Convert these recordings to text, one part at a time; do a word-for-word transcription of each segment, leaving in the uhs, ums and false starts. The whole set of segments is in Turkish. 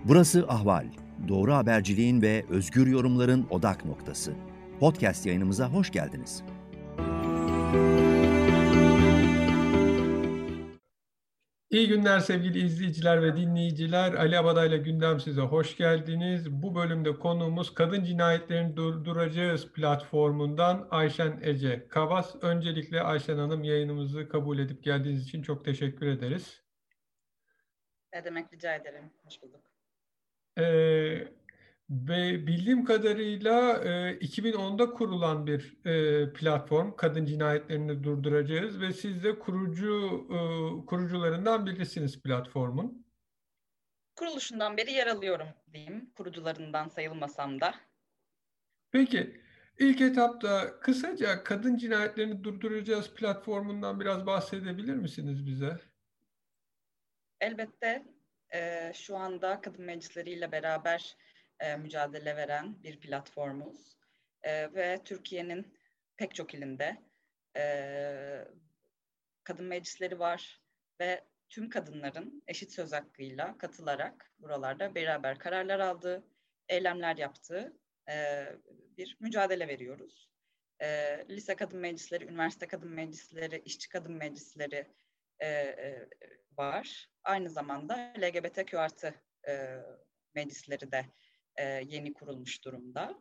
Burası Ahval. Doğru haberciliğin ve özgür yorumların odak noktası. Podcast yayınımıza hoş geldiniz. İyi günler sevgili izleyiciler ve dinleyiciler. Ali Abaday'la Gündem size hoş geldiniz. Bu bölümde konuğumuz Kadın Cinayetlerini Durduracağız platformundan Ayşen Ece Kavas. Öncelikle Ayşen Hanım, yayınımızı kabul edip geldiğiniz için çok teşekkür ederiz. Ne demek, rica ederim. Hoş bulduk. Ee, ve bildiğim kadarıyla e, iki bin onda kurulan bir e, platform, Kadın Cinayetlerini Durduracağız ve siz de kurucu e, kurucularından birisiniz platformun. Kuruluşundan beri yer alıyorum diyeyim. Kurucularından sayılmasam da. Peki, ilk etapta kısaca Kadın Cinayetlerini Durduracağız platformundan biraz bahsedebilir misiniz bize? Elbette e, şu anda kadın meclisleriyle beraber e, mücadele veren bir platformuz. E, ve Türkiye'nin pek çok ilinde e, kadın meclisleri var ve tüm kadınların eşit söz hakkıyla katılarak buralarda beraber kararlar aldığı, eylemler yaptığı e, bir mücadele veriyoruz. E, lise kadın meclisleri, üniversite kadın meclisleri, işçi kadın meclisleri e, e, var. Aynı zamanda L G B T Q artı e, meclisleri de e, yeni kurulmuş durumda.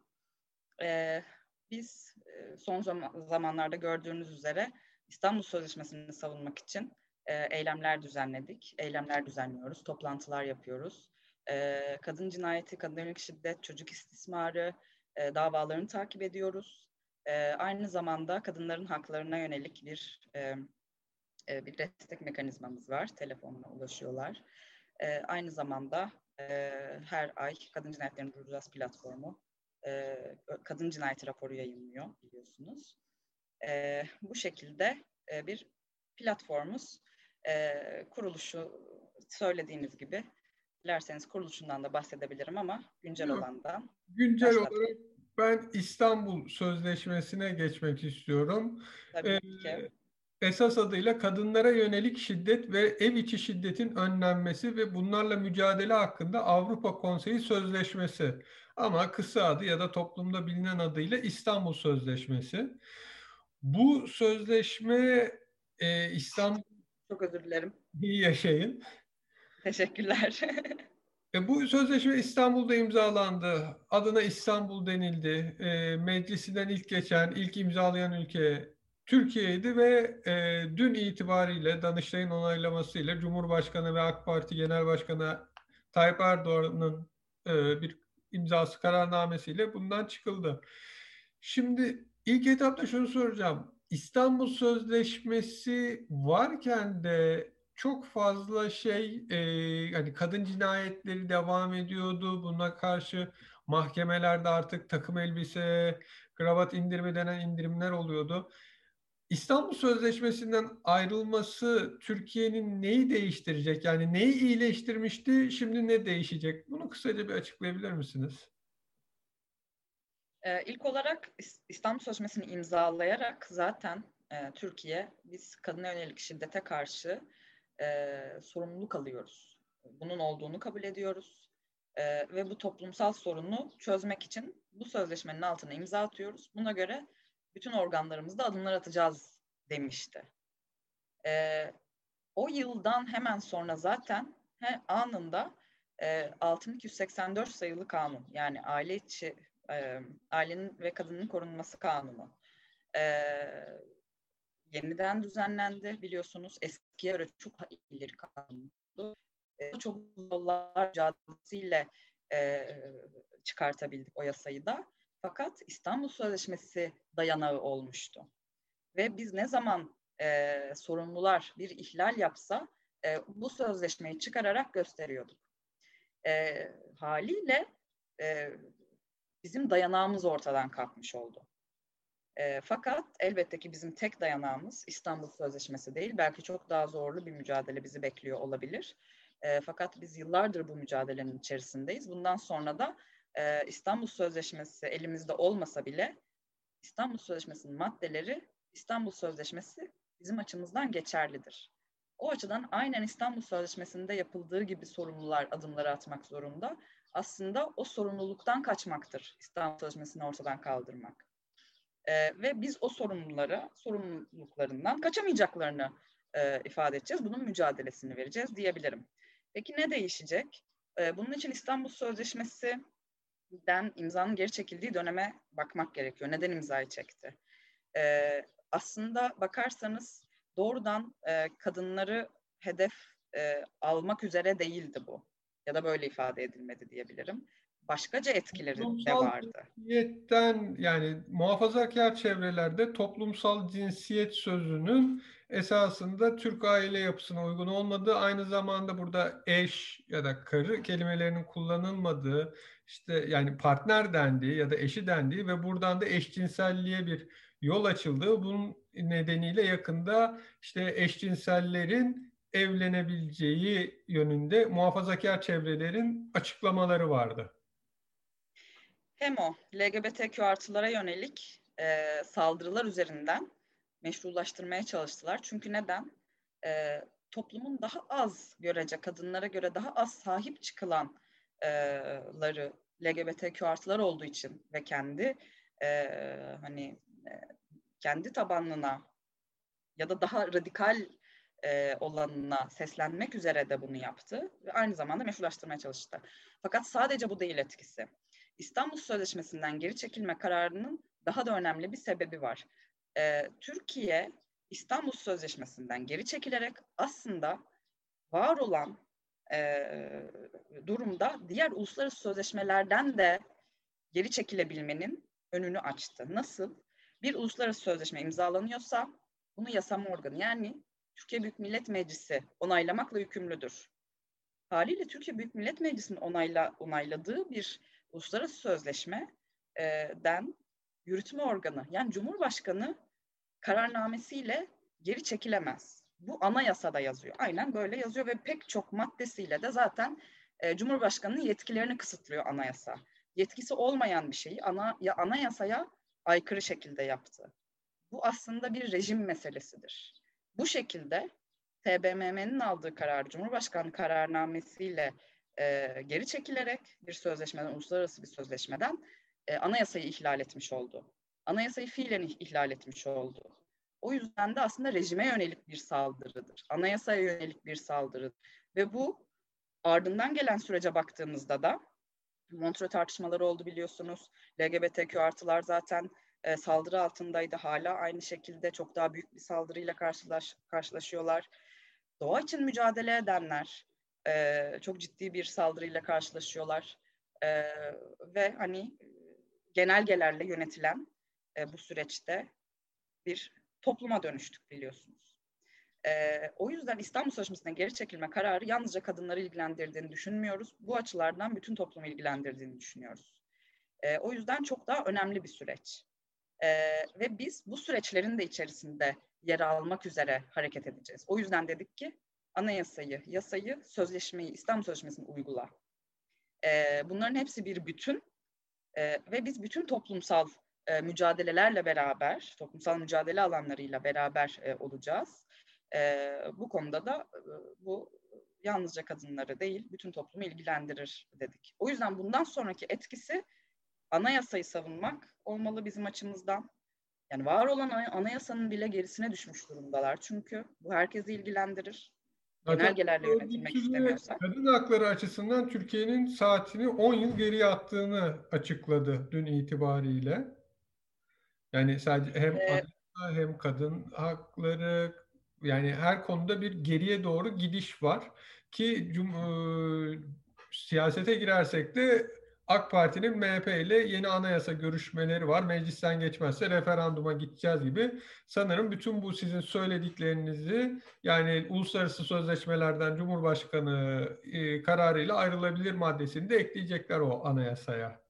E, biz e, son zam- zamanlarda gördüğünüz üzere İstanbul Sözleşmesi'ni savunmak için e, eylemler düzenledik. Eylemler düzenliyoruz, toplantılar yapıyoruz. E, kadın cinayeti, kadın yönelik şiddet, çocuk istismarı e, davalarını takip ediyoruz. E, aynı zamanda kadınların haklarına yönelik bir e, e, bir destek mekanizmamız var. Telefonla ulaşıyorlar. E, aynı zamanda e, her ay Kadın Cinayetlerini Durduracağız platformu e, kadın cinayeti raporu yayınlıyor biliyorsunuz. E, bu şekilde e, bir platformumuz. E, kuruluşu söylediğiniz gibi, dilerseniz kuruluşundan da bahsedebilirim ama güncel Yok, olandan güncel başlatmak. olarak ben İstanbul Sözleşmesi'ne geçmek istiyorum. Tabii Ee, ki. esas adıyla kadınlara yönelik şiddet ve ev içi şiddetin önlenmesi ve bunlarla mücadele hakkında Avrupa Konseyi Sözleşmesi. Ama kısa adı ya da toplumda bilinen adıyla İstanbul Sözleşmesi. Bu sözleşme e, İstanbul Çok özür dilerim. iyi yaşayın. Teşekkürler. E, bu sözleşme İstanbul'da imzalandı. Adına İstanbul denildi. E, meclisinden ilk geçen, ilk imzalayan ülke Türkiye'ydi ve e, dün itibariyle Danıştay'ın onaylamasıyla Cumhurbaşkanı ve AK Parti Genel Başkanı Tayyip Erdoğan'ın e, bir imzası kararnamesiyle bundan çıkıldı. Şimdi ilk etapta şunu soracağım. İstanbul Sözleşmesi varken de çok fazla şey e, hani kadın cinayetleri devam ediyordu. Buna karşı mahkemelerde artık takım elbise, kravat indirimi denen indirimler oluyordu. İstanbul Sözleşmesi'nden ayrılması Türkiye'nin neyi değiştirecek? Yani neyi iyileştirmişti, şimdi ne değişecek? Bunu kısaca bir açıklayabilir misiniz? Ee, ilk olarak İstanbul Sözleşmesi'ni imzalayarak zaten e, Türkiye, biz kadına yönelik şiddete karşı e, sorumluluk alıyoruz. Bunun olduğunu kabul ediyoruz. E, ve bu toplumsal sorunu çözmek için bu sözleşmenin altına imza atıyoruz. Buna göre bütün organlarımızda adımlar atacağız demişti. E, o yıldan hemen sonra zaten he, anında e, altı bin iki yüz seksen dört sayılı kanun, yani aile içi e, ailenin ve kadının korunması kanunu e, yeniden düzenlendi biliyorsunuz. Eskiye göre çok ileri kanundu. E, çok yollar mücadelesiyle e, çıkartabildik o yasayı da. Fakat İstanbul Sözleşmesi dayanağı olmuştu. Ve biz ne zaman e, sorumlular bir ihlal yapsa e, bu sözleşmeyi çıkararak gösteriyorduk. E, haliyle e, bizim dayanağımız ortadan kalkmış oldu. E, fakat elbette ki bizim tek dayanağımız İstanbul Sözleşmesi değil. Belki çok daha zorlu bir mücadele bizi bekliyor olabilir. E, fakat biz yıllardır bu mücadelenin içerisindeyiz. Bundan sonra da e, İstanbul Sözleşmesi elimizde olmasa bile İstanbul Sözleşmesi'nin maddeleri, İstanbul Sözleşmesi bizim açımızdan geçerlidir. O açıdan aynen İstanbul Sözleşmesi'nde yapıldığı gibi sorumlular adımları atmak zorunda. Aslında o sorumluluktan kaçmaktır İstanbul Sözleşmesi'ni ortadan kaldırmak. Ee, ve biz o sorumlulara, sorumluluklarından kaçamayacaklarını e, ifade edeceğiz. Bunun mücadelesini vereceğiz diyebilirim. Peki ne değişecek? Ee, bunun için İstanbul Sözleşmesi'den imzanın geri çekildiği döneme bakmak gerekiyor. Neden imzayı çekti? Ee, aslında bakarsanız doğrudan e, kadınları hedef e, almak üzere değildi bu. Ya da böyle ifade edilmedi diyebilirim. Başkaca etkileri de Toplumsal vardı. cinsiyetten, yani muhafazakar çevrelerde toplumsal cinsiyet sözünün esasında Türk aile yapısına uygun olmadığı, aynı zamanda burada eş ya da karı kelimelerinin kullanılmadığı, işte yani partner dendiği ya da eşi dendiği ve buradan da eşcinselliğe bir yol açıldığı, bunun nedeniyle yakında işte eşcinsellerin evlenebileceği yönünde muhafazakar çevrelerin açıklamaları vardı. Hem o L G B T Q artılara yönelik e, saldırılar üzerinden meşrulaştırmaya çalıştılar. Çünkü neden? E, toplumun daha az görece, kadınlara göre daha az sahip çıkılanları L G B T Q artılar olduğu için ve kendi e, hani e, kendi tabanına ya da daha radikal e, olanına seslenmek üzere de bunu yaptı ve aynı zamanda meşrulaştırmaya çalıştı. Fakat sadece bu değil etkisi. İstanbul Sözleşmesi'nden geri çekilme kararının daha da önemli bir sebebi var. Ee, Türkiye İstanbul Sözleşmesi'nden geri çekilerek aslında var olan e, durumda diğer uluslararası sözleşmelerden de geri çekilebilmenin önünü açtı. Nasıl? Bir uluslararası sözleşme imzalanıyorsa bunu yasama organı, yani Türkiye Büyük Millet Meclisi onaylamakla yükümlüdür. Haliyle Türkiye Büyük Millet Meclisi'nin onayla, onayladığı bir uluslararası sözleşmeden yürütme organı, yani Cumhurbaşkanı kararnamesiyle geri çekilemez. Bu anayasada yazıyor. Aynen böyle yazıyor ve pek çok maddesiyle de zaten e, Cumhurbaşkanı'nın yetkilerini kısıtlıyor anayasa. Yetkisi olmayan bir şeyi ana, ya anayasaya aykırı şekilde yaptı. Bu aslında bir rejim meselesidir. Bu şekilde T B M M'nin aldığı karar, Cumhurbaşkanı kararnamesiyle e, geri çekilerek bir sözleşmeden, uluslararası bir sözleşmeden e, anayasayı ihlal etmiş oldu. Anayasayı fiilen ihlal etmiş oldu. O yüzden de aslında rejime yönelik bir saldırıdır. Anayasaya yönelik bir saldırıdır. Ve bu ardından gelen sürece baktığımızda da Montreux tartışmaları oldu biliyorsunuz. L G B T Q artılar zaten e, saldırı altındaydı. Hala aynı şekilde çok daha büyük bir saldırıyla karşılaş, karşılaşıyorlar. Doğa için mücadele edenler e, çok ciddi bir saldırıyla karşılaşıyorlar. E, ve hani genelgelerle yönetilen e, bu süreçte bir topluma dönüştük biliyorsunuz. E, o yüzden İstanbul Sözleşmesi'ne geri çekilme kararı yalnızca kadınları ilgilendirdiğini düşünmüyoruz. Bu açılardan bütün toplumu ilgilendirdiğini düşünüyoruz. E, o yüzden çok daha önemli bir süreç. E, ve biz bu süreçlerin de içerisinde yer almak üzere hareket edeceğiz. O yüzden dedik ki anayasayı, yasayı, sözleşmeyi, İstanbul Sözleşmesi'ni uygula. E, bunların hepsi bir bütün e, ve biz bütün toplumsal e, mücadelelerle beraber, toplumsal mücadele alanlarıyla beraber e, olacağız. E, bu konuda da e, bu yalnızca kadınları değil, bütün toplumu ilgilendirir dedik. O yüzden bundan sonraki etkisi anayasayı savunmak olmalı bizim açımızdan. Yani var olan anayasanın bile gerisine düşmüş durumdalar. Çünkü bu herkesi ilgilendirir. Zaten Genelgelerle yönetilmek örgütü istemiyorsak. kadın hakları açısından Türkiye'nin saatini on yıl geriye attığını açıkladı dün itibariyle. Yani sadece hem Ee, anayasa hem kadın hakları, yani her konuda bir geriye doğru gidiş var ki cum e, siyasete girersek de AK Parti'nin M H P ile yeni anayasa görüşmeleri var. Meclisten geçmezse referanduma gideceğiz gibi. Sanırım bütün bu sizin söylediklerinizi, yani uluslararası sözleşmelerden Cumhurbaşkanı e, kararıyla ayrılabilir maddesini de ekleyecekler o anayasaya.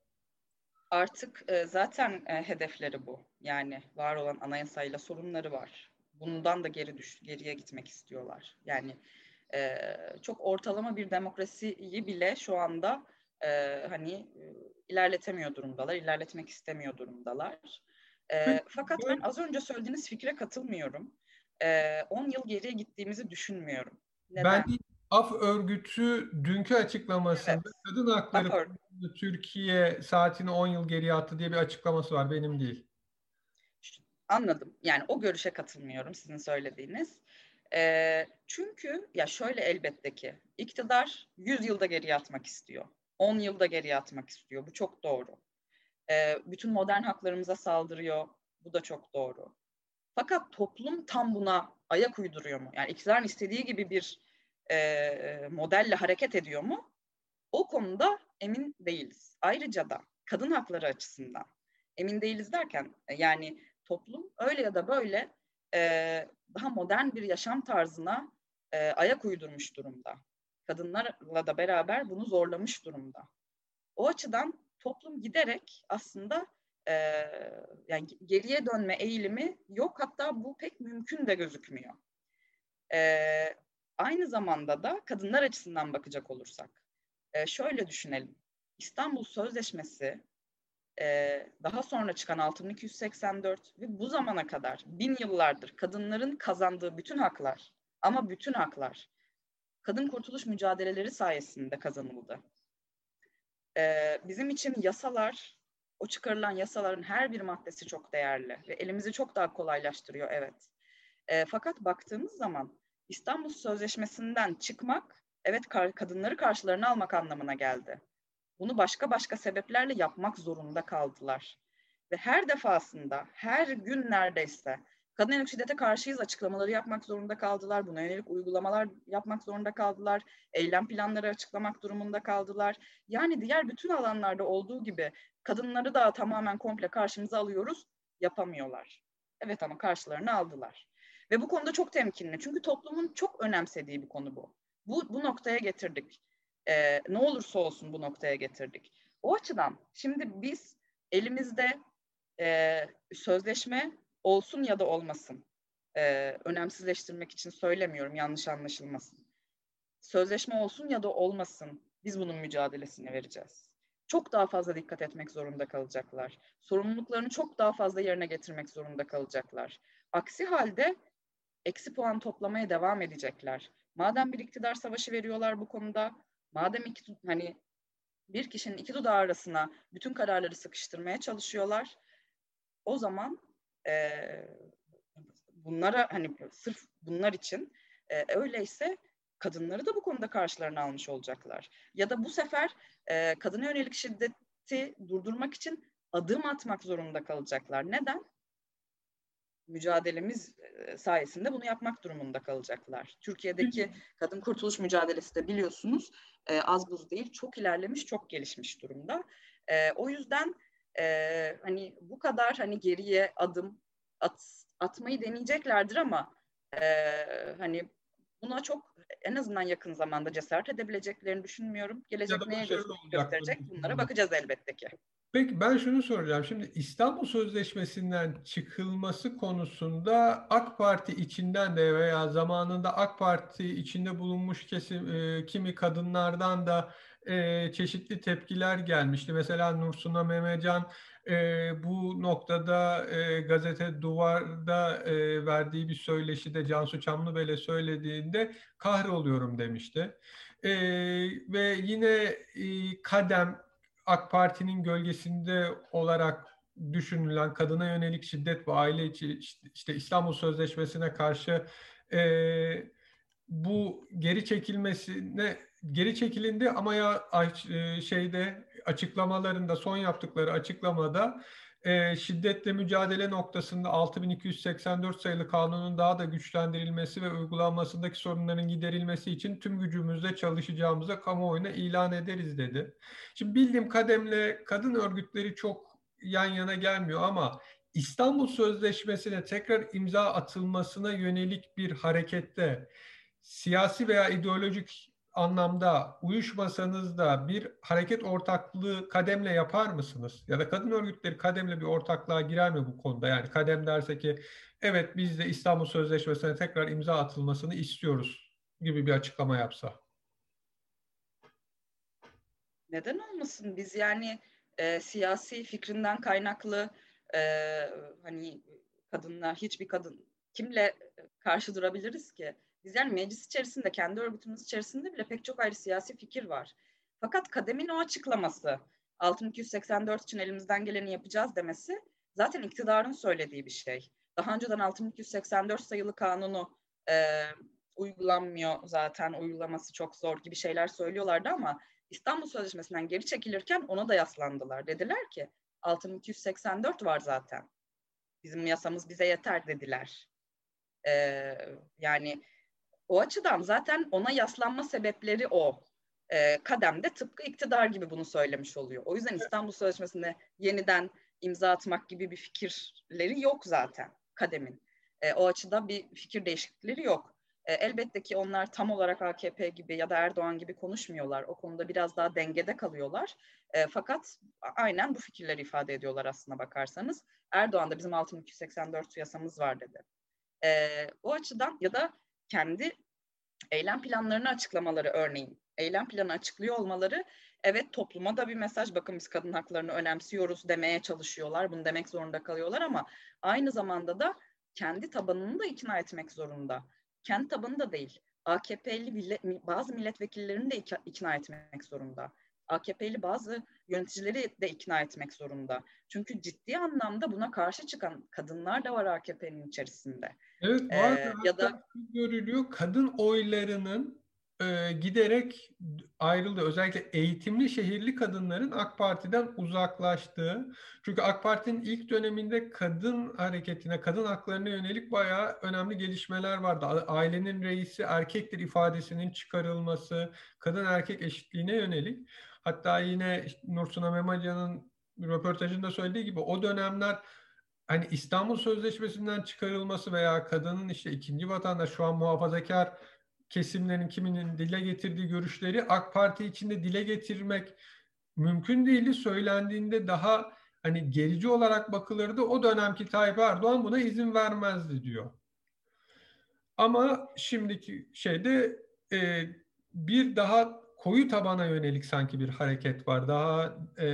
Artık e, zaten e, hedefleri bu. Yani var olan anayasayla sorunları var. Bundan da geri düş, geriye gitmek istiyorlar. Yani e, çok ortalama bir demokrasiyi bile şu anda e, hani e, ilerletemiyor durumdalar, ilerletmek istemiyor durumdalar. E, fakat ben az önce söylediğiniz fikre katılmıyorum. on yıl geriye gittiğimizi düşünmüyorum. Ben Neden? Af Örgütü dünkü açıklamasında Evet. kadın hakları Afor. konusunda Türkiye saatini on yıl geriye attı diye bir açıklaması var, benim değil. Anladım. Yani o görüşe katılmıyorum sizin söylediğiniz. Ee, çünkü ya şöyle elbette ki iktidar yüz yılda geriye atmak istiyor. on yılda geriye atmak istiyor. Bu çok doğru. Ee, bütün modern haklarımıza saldırıyor. Bu da çok doğru. Fakat toplum tam buna ayak uyduruyor mu? Yani iktidarın istediği gibi bir e, modelle hareket ediyor mu? O konuda emin değiliz. Ayrıca da kadın hakları açısından emin değiliz derken yani toplum öyle ya da böyle e, daha modern bir yaşam tarzına e, ayak uydurmuş durumda. Kadınlarla da beraber bunu zorlamış durumda. O açıdan toplum giderek aslında e, yani geriye dönme eğilimi yok, hatta bu pek mümkün de gözükmüyor. E, aynı zamanda da kadınlar açısından bakacak olursak e, şöyle düşünelim. İstanbul Sözleşmesi e, daha sonra çıkan altı bin iki yüz seksen dört ve bu zamana kadar bin yıllardır kadınların kazandığı bütün haklar, ama bütün haklar kadın kurtuluş mücadeleleri sayesinde kazanıldı. Ee, bizim için yasalar, o çıkarılan yasaların her bir maddesi çok değerli ve elimizi çok daha kolaylaştırıyor, evet. Ee, fakat baktığımız zaman İstanbul Sözleşmesi'nden çıkmak, evet kadınları karşılarına almak anlamına geldi. Bunu başka başka sebeplerle yapmak zorunda kaldılar. Ve her defasında, her gün neredeyse kadına yönelik şiddete karşıyız açıklamaları yapmak zorunda kaldılar. Buna yönelik uygulamalar yapmak zorunda kaldılar. Eylem planları açıklamak durumunda kaldılar. Yani diğer bütün alanlarda olduğu gibi kadınları da tamamen komple karşımıza alıyoruz, yapamıyorlar. Evet, ama karşılarına aldılar. Ve bu konuda çok temkinli. Çünkü toplumun çok önemsediği bir konu bu. Bu, bu noktaya getirdik. Ee, ne olursa olsun bu noktaya getirdik. O açıdan şimdi biz elimizde e, sözleşme olsun ya da olmasın, e, önemsizleştirmek için söylemiyorum, yanlış anlaşılmasın. Sözleşme olsun ya da olmasın, biz bunun mücadelesini vereceğiz. Çok daha fazla dikkat etmek zorunda kalacaklar. Sorumluluklarını çok daha fazla yerine getirmek zorunda kalacaklar. Aksi halde eksi puan toplamaya devam edecekler. Madem bir iktidar savaşı veriyorlar bu konuda, madem iki, hani bir kişinin iki dudağı arasına bütün kararları sıkıştırmaya çalışıyorlar, o zaman e, bunlara hani sırf bunlar için e, öyleyse kadınları da bu konuda karşılarına almış olacaklar. Ya da bu sefer e, kadına yönelik şiddeti durdurmak için adım atmak zorunda kalacaklar. Neden? Mücadelemiz sayesinde bunu yapmak durumunda kalacaklar. Türkiye'deki kadın kurtuluş mücadelesi de biliyorsunuz e, az buz değil, çok ilerlemiş, çok gelişmiş durumda. E, o yüzden e, hani bu kadar hani geriye adım at, atmayı deneyeceklerdir ama e, hani buna çok en azından yakın zamanda cesaret edebileceklerini düşünmüyorum. Ya Gelecek da neye başarılı olacaklarını gösterecek? Bunlara düşünüyorum. bakacağız elbette ki. Peki ben şunu soracağım. Şimdi İstanbul Sözleşmesi'nden çıkılması konusunda AK Parti içinden de veya zamanında AK Parti içinde bulunmuş kesim, e, kimi kadınlardan da e, çeşitli tepkiler gelmişti. Mesela Nursuna Memecan e, bu noktada e, gazete Duvar'da e, verdiği bir söyleşide Cansu Çamlıbel'e söylediğinde kahroluyorum demişti. E, ve yine e, Kadem AK Parti'nin gölgesinde olarak düşünülen kadına yönelik şiddet ve aile içi işte İstanbul Sözleşmesi'ne karşı e, bu geri çekilmesine geri çekilindi ama ya e, şeyde açıklamalarında son yaptıkları açıklamada e, şiddetle mücadele noktasında altı bin iki yüz seksen dört sayılı kanunun daha da güçlendirilmesi ve uygulanmasındaki sorunların giderilmesi için tüm gücümüzle çalışacağımıza kamuoyuna ilan ederiz dedi. Şimdi bildiğim kademle kadın örgütleri çok yan yana gelmiyor ama İstanbul Sözleşmesi'ne tekrar imza atılmasına yönelik bir harekette siyasi veya ideolojik anlamda uyuşmasanız da bir hareket ortaklığı kademle yapar mısınız? Ya da kadın örgütleri kademle bir ortaklığa girer mi bu konuda? Yani kadem derse ki evet biz de İstanbul Sözleşmesi'ne tekrar imza atılmasını istiyoruz gibi bir açıklama yapsa. Neden olmasın? Biz yani e, siyasi fikrinden kaynaklı e, hani kadınlar, hiçbir kadın kimle karşı durabiliriz ki? Biz yani meclis içerisinde, kendi örgütümüz içerisinde bile pek çok ayrı siyasi fikir var. Fakat Kadem'in o açıklaması, altı bin iki yüz seksen dört için elimizden geleni yapacağız demesi zaten iktidarın söylediği bir şey. Daha önceden altı bin iki yüz seksen dört sayılı kanunu e, uygulanmıyor zaten, uygulaması çok zor gibi şeyler söylüyorlardı ama İstanbul Sözleşmesi'nden geri çekilirken ona da yaslandılar. Dediler ki altı bin iki yüz seksen dört var zaten. Bizim yasamız bize yeter dediler. Ee, yani o açıdan zaten ona yaslanma sebepleri o. Ee, Kadem de tıpkı iktidar gibi bunu söylemiş oluyor. O yüzden İstanbul Sözleşmesi'ne yeniden imza atmak gibi bir fikirleri yok zaten Kadem'in. Ee, o açıdan bir fikir değişiklikleri yok. Ee, elbette ki onlar tam olarak A K P gibi ya da Erdoğan gibi konuşmuyorlar. O konuda biraz daha dengede kalıyorlar. Ee, fakat aynen bu fikirleri ifade ediyorlar aslına bakarsanız. Erdoğan da bizim altı bin iki yüz seksen dört yasamız var dedi. Ee, o açıdan ya da kendi eylem planlarını açıklamaları örneğin. Eylem planı açıklıyor olmaları evet topluma da bir mesaj, bakın biz kadın haklarını önemsiyoruz demeye çalışıyorlar. Bunu demek zorunda kalıyorlar ama aynı zamanda da kendi tabanını da ikna etmek zorunda. Kendi tabanı da değil. A K P'li bazı milletvekillerini de ikna etmek zorunda. A K P'li bazı yöneticileri de ikna etmek zorunda. Çünkü ciddi anlamda buna karşı çıkan kadınlar da var A K P'nin içerisinde. Evet var Ee, ve ya hatta da görülüyor kadın oylarının e, giderek ayrıldığı, özellikle eğitimli şehirli kadınların AK Parti'den uzaklaştığı. Çünkü AK Parti'nin ilk döneminde kadın hareketine, kadın haklarına yönelik bayağı önemli gelişmeler vardı. Ailenin reisi erkektir ifadesinin çıkarılması, kadın erkek eşitliğine yönelik. Hatta yine Nursuna Memalya'nın röportajında söylediği gibi o dönemler hani İstanbul Sözleşmesi'nden çıkarılması veya kadının işte ikinci vatandaş, şu an muhafazakar kesimlerin kiminin dile getirdiği görüşleri AK Parti içinde dile getirmek mümkün değildi. Söylendiğinde daha hani gerici olarak bakılırdı. O dönemki Tayyip Erdoğan buna izin vermezdi diyor. Ama şimdiki şeyde e, bir daha koyu tabana yönelik sanki bir hareket var. Daha e,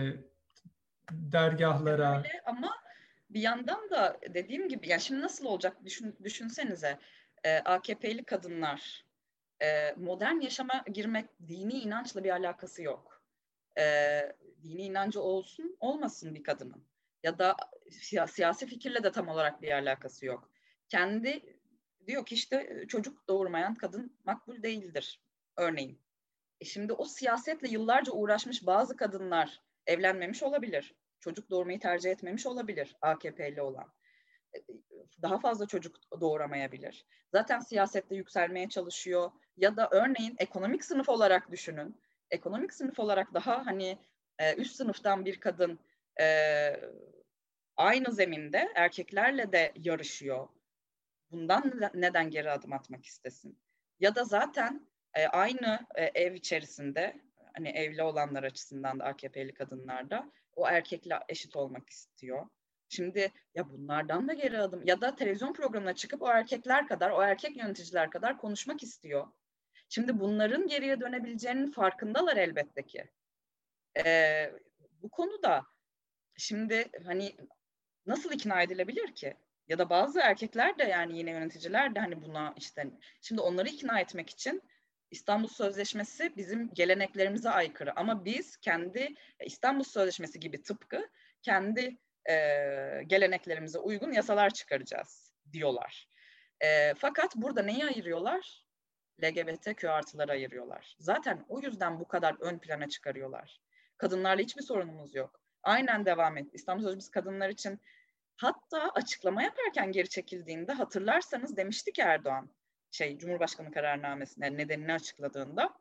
dergahlara. öyle ama bir yandan da dediğim gibi yani şimdi nasıl olacak düşün, düşünsenize e, A K P'li kadınlar e, modern yaşama girmek dini inançla bir alakası yok. E, dini inancı olsun olmasın bir kadının ya da siya, siyasi fikirle de tam olarak bir alakası yok. Kendi diyor ki işte çocuk doğurmayan kadın makbul değildir örneğin. E şimdi o siyasetle yıllarca uğraşmış bazı kadınlar evlenmemiş olabilir. Çocuk doğurmayı tercih etmemiş olabilir A K P'li olan. Daha fazla çocuk doğuramayabilir. Zaten siyasette yükselmeye çalışıyor. Ya da örneğin ekonomik sınıf olarak düşünün. Ekonomik sınıf olarak daha hani üst sınıftan bir kadın aynı zeminde erkeklerle de yarışıyor. Bundan neden geri adım atmak istesin? Ya da zaten e, aynı e, ev içerisinde hani evli olanlar açısından da A K P'li kadınlar da o erkekle eşit olmak istiyor. Şimdi ya bunlardan da geri adım ya da televizyon programına çıkıp o erkekler kadar, o erkek yöneticiler kadar konuşmak istiyor. Şimdi bunların geriye dönebileceğinin farkındalar elbette ki. Ee, bu konuda şimdi hani nasıl ikna edilebilir ki? Ya da bazı erkekler de yani yine yöneticiler de hani buna işte şimdi onları ikna etmek için İstanbul Sözleşmesi bizim geleneklerimize aykırı ama biz kendi İstanbul Sözleşmesi gibi tıpkı kendi e, geleneklerimize uygun yasalar çıkaracağız diyorlar. E, fakat burada neyi ayırıyorlar? L G B T Q artıları ayırıyorlar. Zaten o yüzden bu kadar ön plana çıkarıyorlar. Kadınlarla hiçbir sorunumuz yok. Aynen devam et. İstanbul Sözleşmesi kadınlar için hatta açıklama yaparken geri çekildiğinde hatırlarsanız demişti ki Erdoğan şey Cumhurbaşkanı kararnamesine nedenini açıkladığında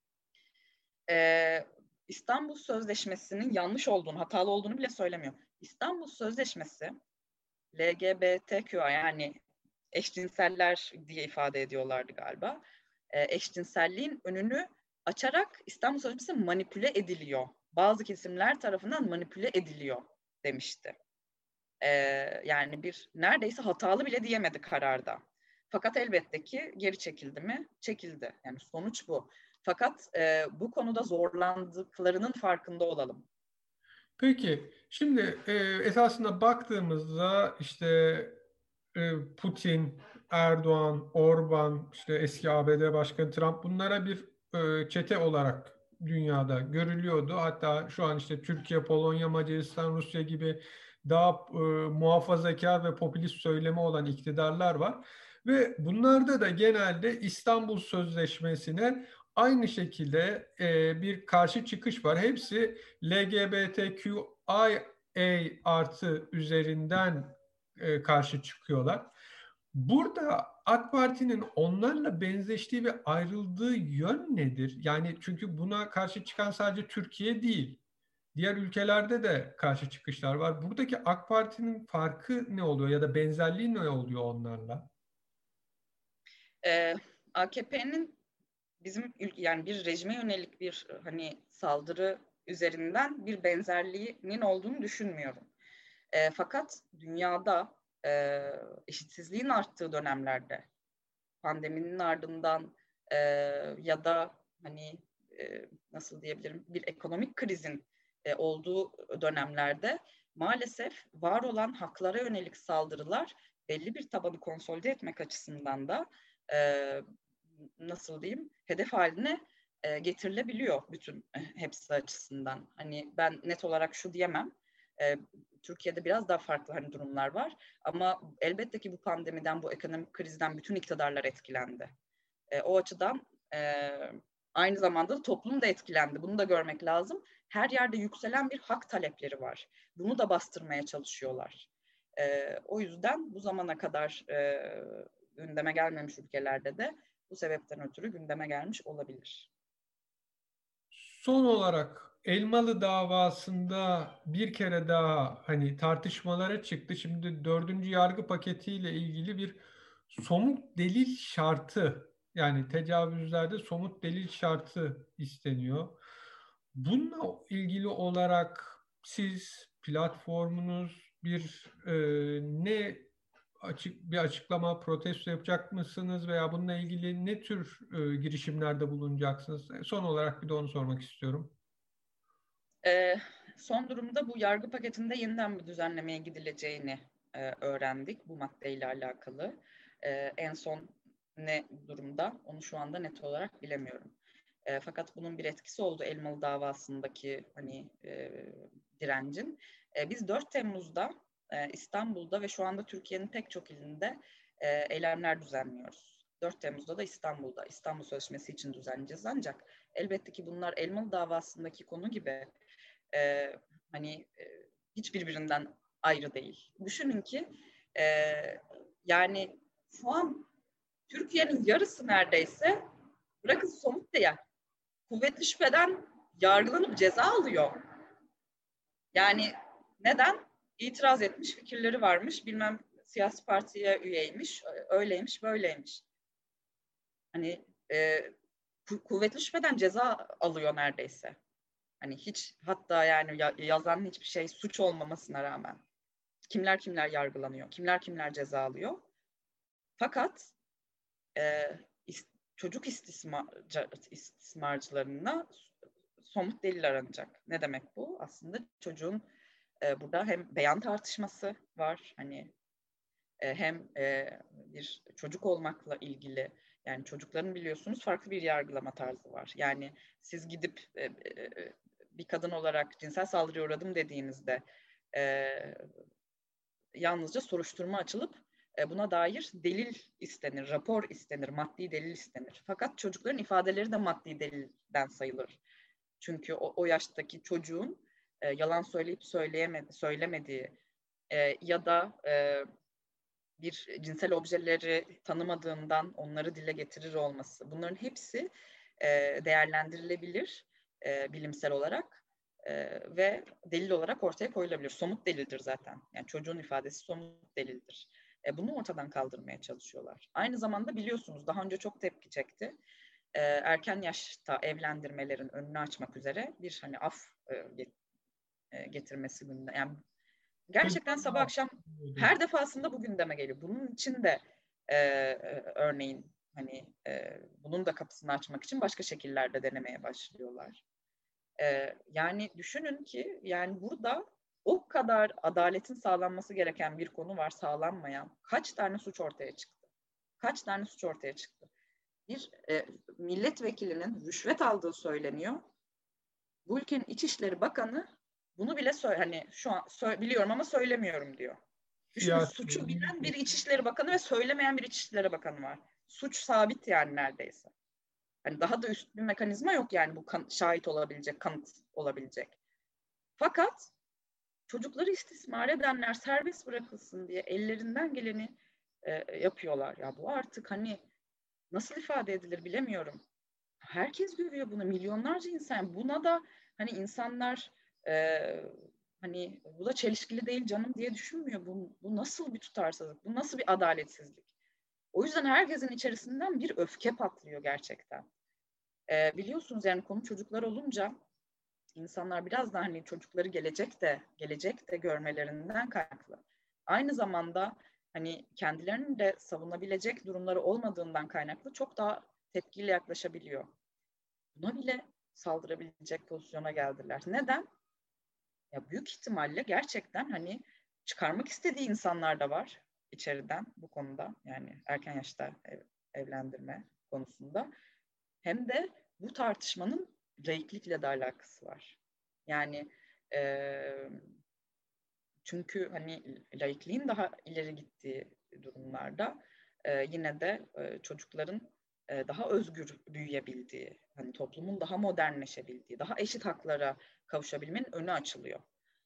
e, İstanbul Sözleşmesi'nin yanlış olduğunu, hatalı olduğunu bile söylemiyor. İstanbul Sözleşmesi L G B T Q yani eşcinseller diye ifade ediyorlardı galiba. E, eşcinselliğin önünü açarak İstanbul Sözleşmesi manipüle ediliyor. Bazı kesimler tarafından manipüle ediliyor demişti. Ee, yani bir neredeyse hatalı bile diyemedi kararda. Fakat elbette ki geri çekildi mi? Çekildi. Yani sonuç bu. Fakat e, bu konuda zorlandıklarının farkında olalım. Peki, şimdi e, esasında baktığımızda işte e, Putin, Erdoğan, Orban, işte eski A B D Başkanı Trump bunlara bir e, çete olarak dünyada görülüyordu. Hatta şu an işte Türkiye, Polonya, Macaristan, Rusya gibi daha e, muhafazakar ve popülist söylemi olan iktidarlar var. Ve bunlarda da genelde İstanbul Sözleşmesi'ne aynı şekilde e, bir karşı çıkış var. Hepsi L G B T Q I A artı üzerinden e, karşı çıkıyorlar. Burada AK Parti'nin onlarla benzeştiği ve ayrıldığı yön nedir? Yani çünkü buna karşı çıkan sadece Türkiye değil. Diğer ülkelerde de karşı çıkışlar var. Buradaki AK Parti'nin farkı ne oluyor ya da benzerliği ne oluyor onlarla? Ee, A K P'nin bizim yani bir rejime yönelik bir hani saldırı üzerinden bir benzerliğinin olduğunu düşünmüyorum. E, fakat dünyada e, eşitsizliğin arttığı dönemlerde, pandeminin ardından e, ya da hani e, nasıl diyebilirim bir ekonomik krizin e, olduğu dönemlerde maalesef var olan haklara yönelik saldırılar belli bir tabanı konsolide etmek açısından da e, nasıl diyeyim hedef haline e, getirilebiliyor bütün e, hepsi açısından. Hani ben net olarak şu diyemem. E, Türkiye'de biraz daha farklı hani durumlar var ama elbette ki bu pandemiden, bu ekonomik krizden bütün iktidarlar etkilendi. E, o açıdan e, aynı zamanda da toplum da etkilendi. Bunu da görmek lazım. Her yerde yükselen bir hak talepleri var. Bunu da bastırmaya çalışıyorlar. E, o yüzden bu zamana kadar e, gündeme gelmemiş ülkelerde de bu sebepten ötürü gündeme gelmiş olabilir. Son olarak Elmalı davasında bir kere daha hani tartışmalara çıktı. Şimdi dördüncü yargı paketiyle ilgili bir somut delil şartı yani tecavüzlerde somut delil şartı isteniyor. Bununla ilgili olarak siz platformunuz bir e, ne açık bir açıklama, protesto yapacak mısınız veya bununla ilgili ne tür e, girişimlerde bulunacaksınız? E, Son olarak bir de onu sormak istiyorum. E, son durumda bu yargı paketinde yeniden bir düzenlemeye gidileceğini e, öğrendik bu maddeyle alakalı. E, en son ne durumda onu şu anda net olarak bilemiyorum. E, fakat bunun bir etkisi oldu Elmalı davasındaki hani e, direncin. E, biz dört Temmuz'da e, İstanbul'da ve şu anda Türkiye'nin pek çok ilinde e, eylemler düzenliyoruz. dört Temmuz'da da İstanbul'da İstanbul Sözleşmesi için düzenleyeceğiz. Ancak elbette ki bunlar Elmalı davasındaki konu gibi e, hani e, hiçbirbirinden ayrı değil. Düşünün ki e, yani şu an Türkiye'nin yarısı neredeyse bırakın somut değer kuvvetli şüpheden yargılanıp ceza alıyor. Yani neden? İtiraz etmiş, fikirleri varmış, bilmem siyasi partiye üyeymiş, öyleymiş, böyleymiş. Hani e, kuvvetli şüpheden ceza alıyor neredeyse. Hani hiç hatta yani yazan hiçbir şey suç olmamasına rağmen kimler kimler yargılanıyor, kimler kimler ceza alıyor. Fakat e, çocuk istismarcı, istismarcılarına somut delil aranacak. Ne demek bu? Aslında çocuğun e, burada hem beyan tartışması var, hani e, hem e, bir çocuk olmakla ilgili, yani çocukların biliyorsunuz farklı bir yargılama tarzı var. Yani siz gidip e, e, bir kadın olarak cinsel saldırıya uğradım dediğinizde e, yalnızca soruşturma açılıp e, buna dair delil istenir, rapor istenir, maddi delil istenir. Fakat çocukların ifadeleri de maddi delilden sayılır. Çünkü o, o yaştaki çocuğun e, yalan söyleyip söyleyemedi, söylemediği e, ya da e, bir cinsel objeleri tanımadığından onları dile getirir olması. Bunların hepsi e, değerlendirilebilir e, bilimsel olarak e, ve delil olarak ortaya koyulabilir. Somut delildir zaten. Yani çocuğun ifadesi somut delildir. E, bunu ortadan kaldırmaya çalışıyorlar. Aynı zamanda biliyorsunuz daha önce çok tepki çekti. E, erken yaşta evlendirmelerin önünü açmak üzere bir hani af e, getirmesi gündeme. Yani gerçekten sabah akşam her defasında bu gündeme geliyor. Bunun için de e, e, örneğin hani e, bunun da kapısını açmak için başka şekillerde denemeye başlıyorlar. E, yani düşünün ki yani burada o kadar adaletin sağlanması gereken bir konu var, sağlanmayan. Kaç tane suç ortaya çıktı? kaç tane suç ortaya çıktı. Bir e, milletvekilinin rüşvet aldığı söyleniyor. Bu ülkenin İçişleri Bakanı bunu bile söyle, hani şu an sö- biliyorum ama söylemiyorum diyor. Düşünün, suçu bilen bir İçişleri Bakanı ve söylemeyen bir İçişleri Bakanı var. Suç sabit yani neredeyse. Hani daha da üst bir mekanizma yok yani bu kan- şahit olabilecek, kanıt olabilecek. Fakat çocukları istismar edenler serbest bırakılsın diye ellerinden geleni e, yapıyorlar. Ya bu artık hani nasıl ifade edilir bilemiyorum. Herkes görüyor bunu. Milyonlarca insan. Buna da hani insanlar e, hani bu da çelişkili değil canım diye düşünmüyor. Bu, bu nasıl bir tutarsızlık? Bu nasıl bir adaletsizlik? O yüzden herkesin içerisinden bir öfke patlıyor gerçekten. E, biliyorsunuz yani konu çocuklar olunca insanlar biraz da hani çocukları gelecekte, gelecekte görmelerinden kaynaklı. Aynı zamanda hani kendilerini de savunabilecek durumları olmadığından kaynaklı çok daha tepkiyle yaklaşabiliyor. Buna bile saldırabilecek pozisyona geldiler. Neden? Ya büyük ihtimalle gerçekten hani çıkarmak istediği insanlar da var içeriden bu konuda. Yani erken yaşta ev, evlendirme konusunda. Hem de bu tartışmanın laiklikle de alakası var. Yani e, çünkü hani laikliğin daha ileri gittiği durumlarda e, yine de e, çocukların e, daha özgür büyüyebildiği, hani toplumun daha modernleşebildiği, daha eşit haklara kavuşabilmenin önü açılıyor.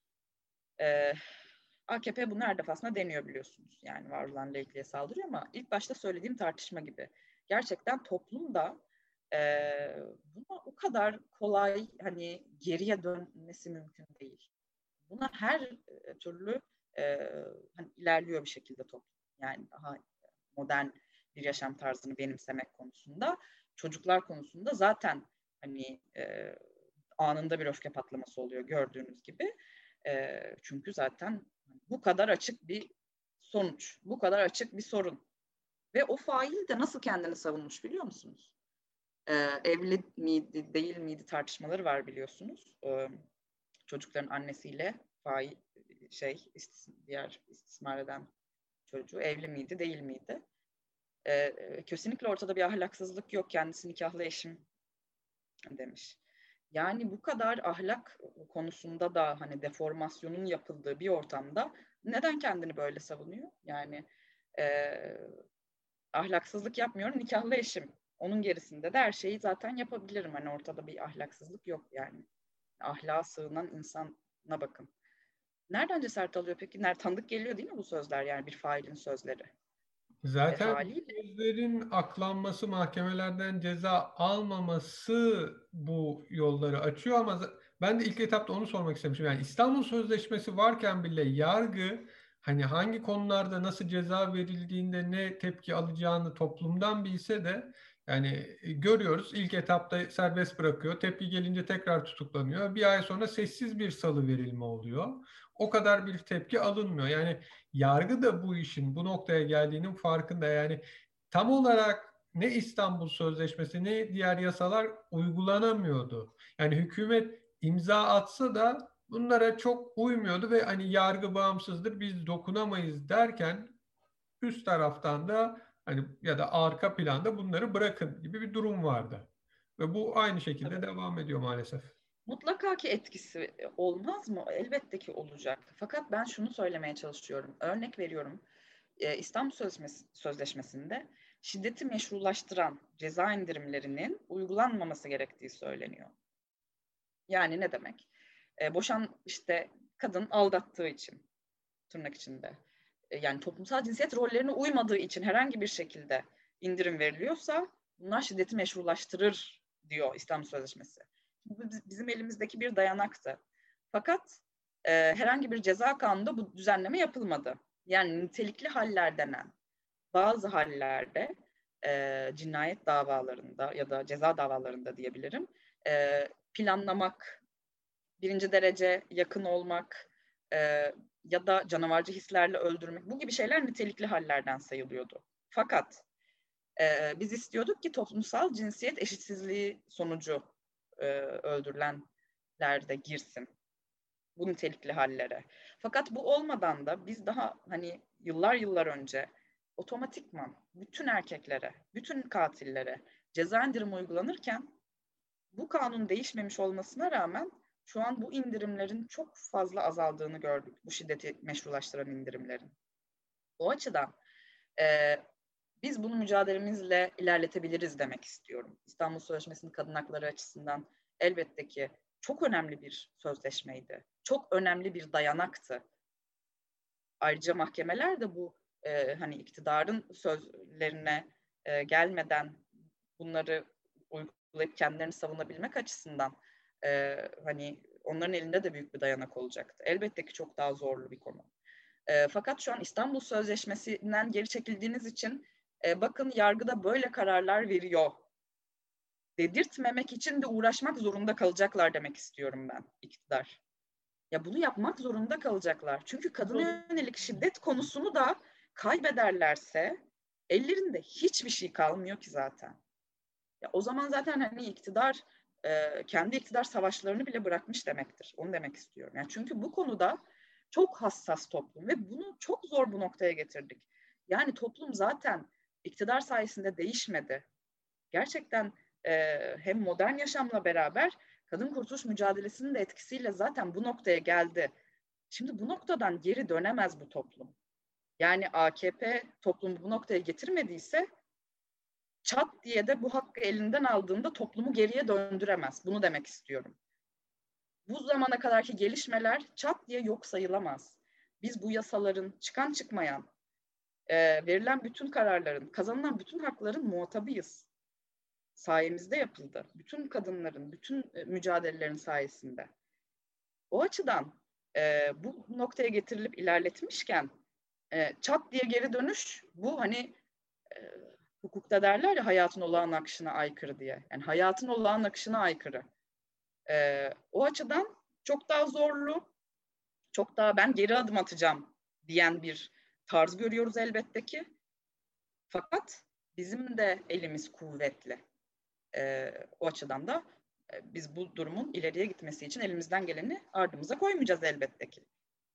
E, A K P bunu her defasında deniyor biliyorsunuz. Yani var olan laikliğe saldırıyor ama ilk başta söylediğim tartışma gibi. Gerçekten toplumda e, buna o kadar kolay hani geriye dönmesi mümkün değil. Buna her e, türlü e, hani ilerliyor bir şekilde toplum. Yani daha modern bir yaşam tarzını benimsemek konusunda, çocuklar konusunda zaten hani e, anında bir öfke patlaması oluyor gördüğünüz gibi. E, çünkü zaten bu kadar açık bir sonuç, bu kadar açık bir sorun. Ve o fail de nasıl kendini savunmuş biliyor musunuz? E, evli miydi, değil miydi tartışmaları var biliyorsunuz. E, çocukların annesiyle fail şey istis diğer istismar eden çocuğu evli miydi, değil miydi? E, kesinlikle ortada bir ahlaksızlık yok. Kendisi nikahlı eşim demiş. Yani bu kadar ahlak konusunda da hani deformasyonun yapıldığı bir ortamda neden kendini böyle savunuyor? Yani e, ahlaksızlık yapmıyorum, nikahlı eşim. Onun gerisinde de her şeyi zaten yapabilirim. Hani ortada bir ahlaksızlık yok yani. Ahlaka sığınan insana bakın. Nereden cesaret alıyor peki? Nerede tanıdık geliyor değil mi bu sözler yani bir failin sözleri? E, Zaten haliyle sözlerin aklanması, mahkemelerden ceza almaması bu yolları açıyor ama za- ben de ilk etapta onu sormak istemişim. Yani İstanbul Sözleşmesi varken bile yargı hani hangi konularda nasıl ceza verildiğinde ne tepki alacağını toplumdan bilse de yani e, görüyoruz ilk etapta serbest bırakıyor. Tepki gelince tekrar tutuklanıyor. Bir ay sonra sessiz bir salı verilme oluyor. O kadar bir tepki alınmıyor. Yani yargı da bu işin bu noktaya geldiğinin farkında. Yani tam olarak ne İstanbul Sözleşmesi ne diğer yasalar uygulanamıyordu. Yani hükümet imza atsa da bunlara çok uymuyordu ve hani yargı bağımsızdır biz dokunamayız derken üst taraftan da hani ya da arka planda bunları bırakın gibi bir durum vardı. Ve bu aynı şekilde tabii. devam ediyor maalesef. Mutlaka ki etkisi olmaz mı? Elbette ki olacak. Fakat ben şunu söylemeye çalışıyorum. Örnek veriyorum. Ee, İstanbul Sözleşmesi, Sözleşmesi'nde şiddeti meşrulaştıran ceza indirimlerinin uygulanmaması gerektiği söyleniyor. Yani ne demek? Ee, boşan işte kadın aldattığı için tırnak içinde. Ee, yani toplumsal cinsiyet rollerine uymadığı için herhangi bir şekilde indirim veriliyorsa bunlar şiddeti meşrulaştırır diyor İstanbul Sözleşmesi. Bu bizim elimizdeki bir dayanaktı. Fakat e, herhangi bir ceza kanununda bu düzenleme yapılmadı. Yani nitelikli haller denen bazı hallerde e, cinayet davalarında ya da ceza davalarında diyebilirim e, planlamak, birinci derece yakın olmak e, ya da canavarcı hislerle öldürmek bu gibi şeyler nitelikli hallerden sayılıyordu. Fakat e, biz istiyorduk ki toplumsal cinsiyet eşitsizliği sonucu e, öldürülenler de girsin bu nitelikli hallere. Fakat bu olmadan da biz daha hani yıllar yıllar önce otomatikman bütün erkeklere, bütün katillere ceza indirimi uygulanırken bu kanun değişmemiş olmasına rağmen şu an bu indirimlerin çok fazla azaldığını gördük. Bu şiddeti meşrulaştıran indirimlerin. O açıdan e, biz bunu mücadelemizle ilerletebiliriz demek istiyorum. İstanbul Sözleşmesi'nin kadın hakları açısından elbette ki çok önemli bir sözleşmeydi. Çok önemli bir dayanaktı. Ayrıca mahkemeler de bu e, hani iktidarın sözlerine e, gelmeden bunları uygulayıp kendilerini savunabilmek açısından e, hani onların elinde de büyük bir dayanak olacaktı. Elbette ki çok daha zorlu bir konu. E, fakat şu an İstanbul Sözleşmesi'nden geri çekildiğiniz için e, bakın yargıda böyle kararlar veriyor dedirtmemek için de uğraşmak zorunda kalacaklar demek istiyorum ben iktidar. Ya bunu yapmak zorunda kalacaklar. Çünkü kadına yönelik şiddet konusunu da kaybederlerse ellerinde hiçbir şey kalmıyor ki zaten. Ya o zaman zaten hani iktidar e, kendi iktidar savaşlarını bile bırakmış demektir. Onu demek istiyorum. Yani çünkü bu konuda çok hassas toplum ve bunu çok zor bu noktaya getirdik. Yani toplum zaten iktidar sayesinde değişmedi. Gerçekten e, hem modern yaşamla beraber kadın kurtuluş mücadelesinin de etkisiyle zaten bu noktaya geldi. Şimdi bu noktadan geri dönemez bu toplum. Yani A K P toplumu bu noktaya getirmediyse çat diye de bu hakkı elinden aldığında toplumu geriye döndüremez. Bunu demek istiyorum. Bu zamana kadarki gelişmeler çat diye yok sayılamaz. Biz bu yasaların çıkan çıkmayan, e, verilen bütün kararların, kazanılan bütün hakların muhatabıyız. Sayemizde yapıldı. Bütün kadınların, bütün e, mücadelelerin sayesinde. O açıdan e, bu noktaya getirilip ilerletmişken e, çat diye geri dönüş bu hani e, hukukta derler ya hayatın olağan akışına aykırı diye. Yani hayatın olağan akışına aykırı. E, o açıdan çok daha zorlu, çok daha ben geri adım atacağım diyen bir tarz görüyoruz elbette ki. Fakat bizim de elimiz kuvvetli. E, o açıdan da e, biz bu durumun ileriye gitmesi için elimizden geleni ardımıza koymayacağız elbette ki.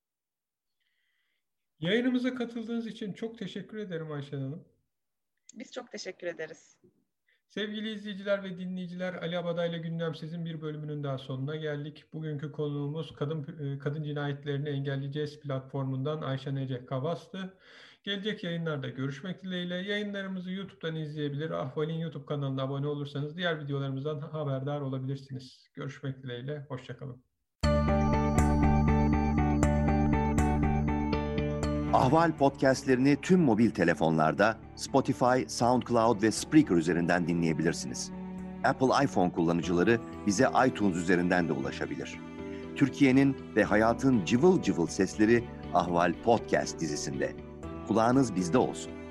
Yayınımıza katıldığınız için çok teşekkür ederim Ayşen Hanım. Biz çok teşekkür ederiz. Sevgili izleyiciler ve dinleyiciler, Ali Abaday'la Gündemsiz'in bir bölümünün daha sonuna geldik. Bugünkü konuğumuz Kadın Kadın Cinayetlerini Engelleyeceğiz platformundan Ayşen Ece Kavas'tı. Gelecek yayınlarda görüşmek dileğiyle. Yayınlarımızı YouTube'dan izleyebilir, Ahval'in YouTube kanalına abone olursanız diğer videolarımızdan haberdar olabilirsiniz. Görüşmek dileğiyle, hoşçakalın. Ahval podcastlerini tüm mobil telefonlarda Spotify, SoundCloud ve Spreaker üzerinden dinleyebilirsiniz. Apple iPhone kullanıcıları bize iTunes üzerinden de ulaşabilir. Türkiye'nin ve hayatın cıvıl cıvıl sesleri Ahval Podcast dizisinde. Kulağınız bizde olsun.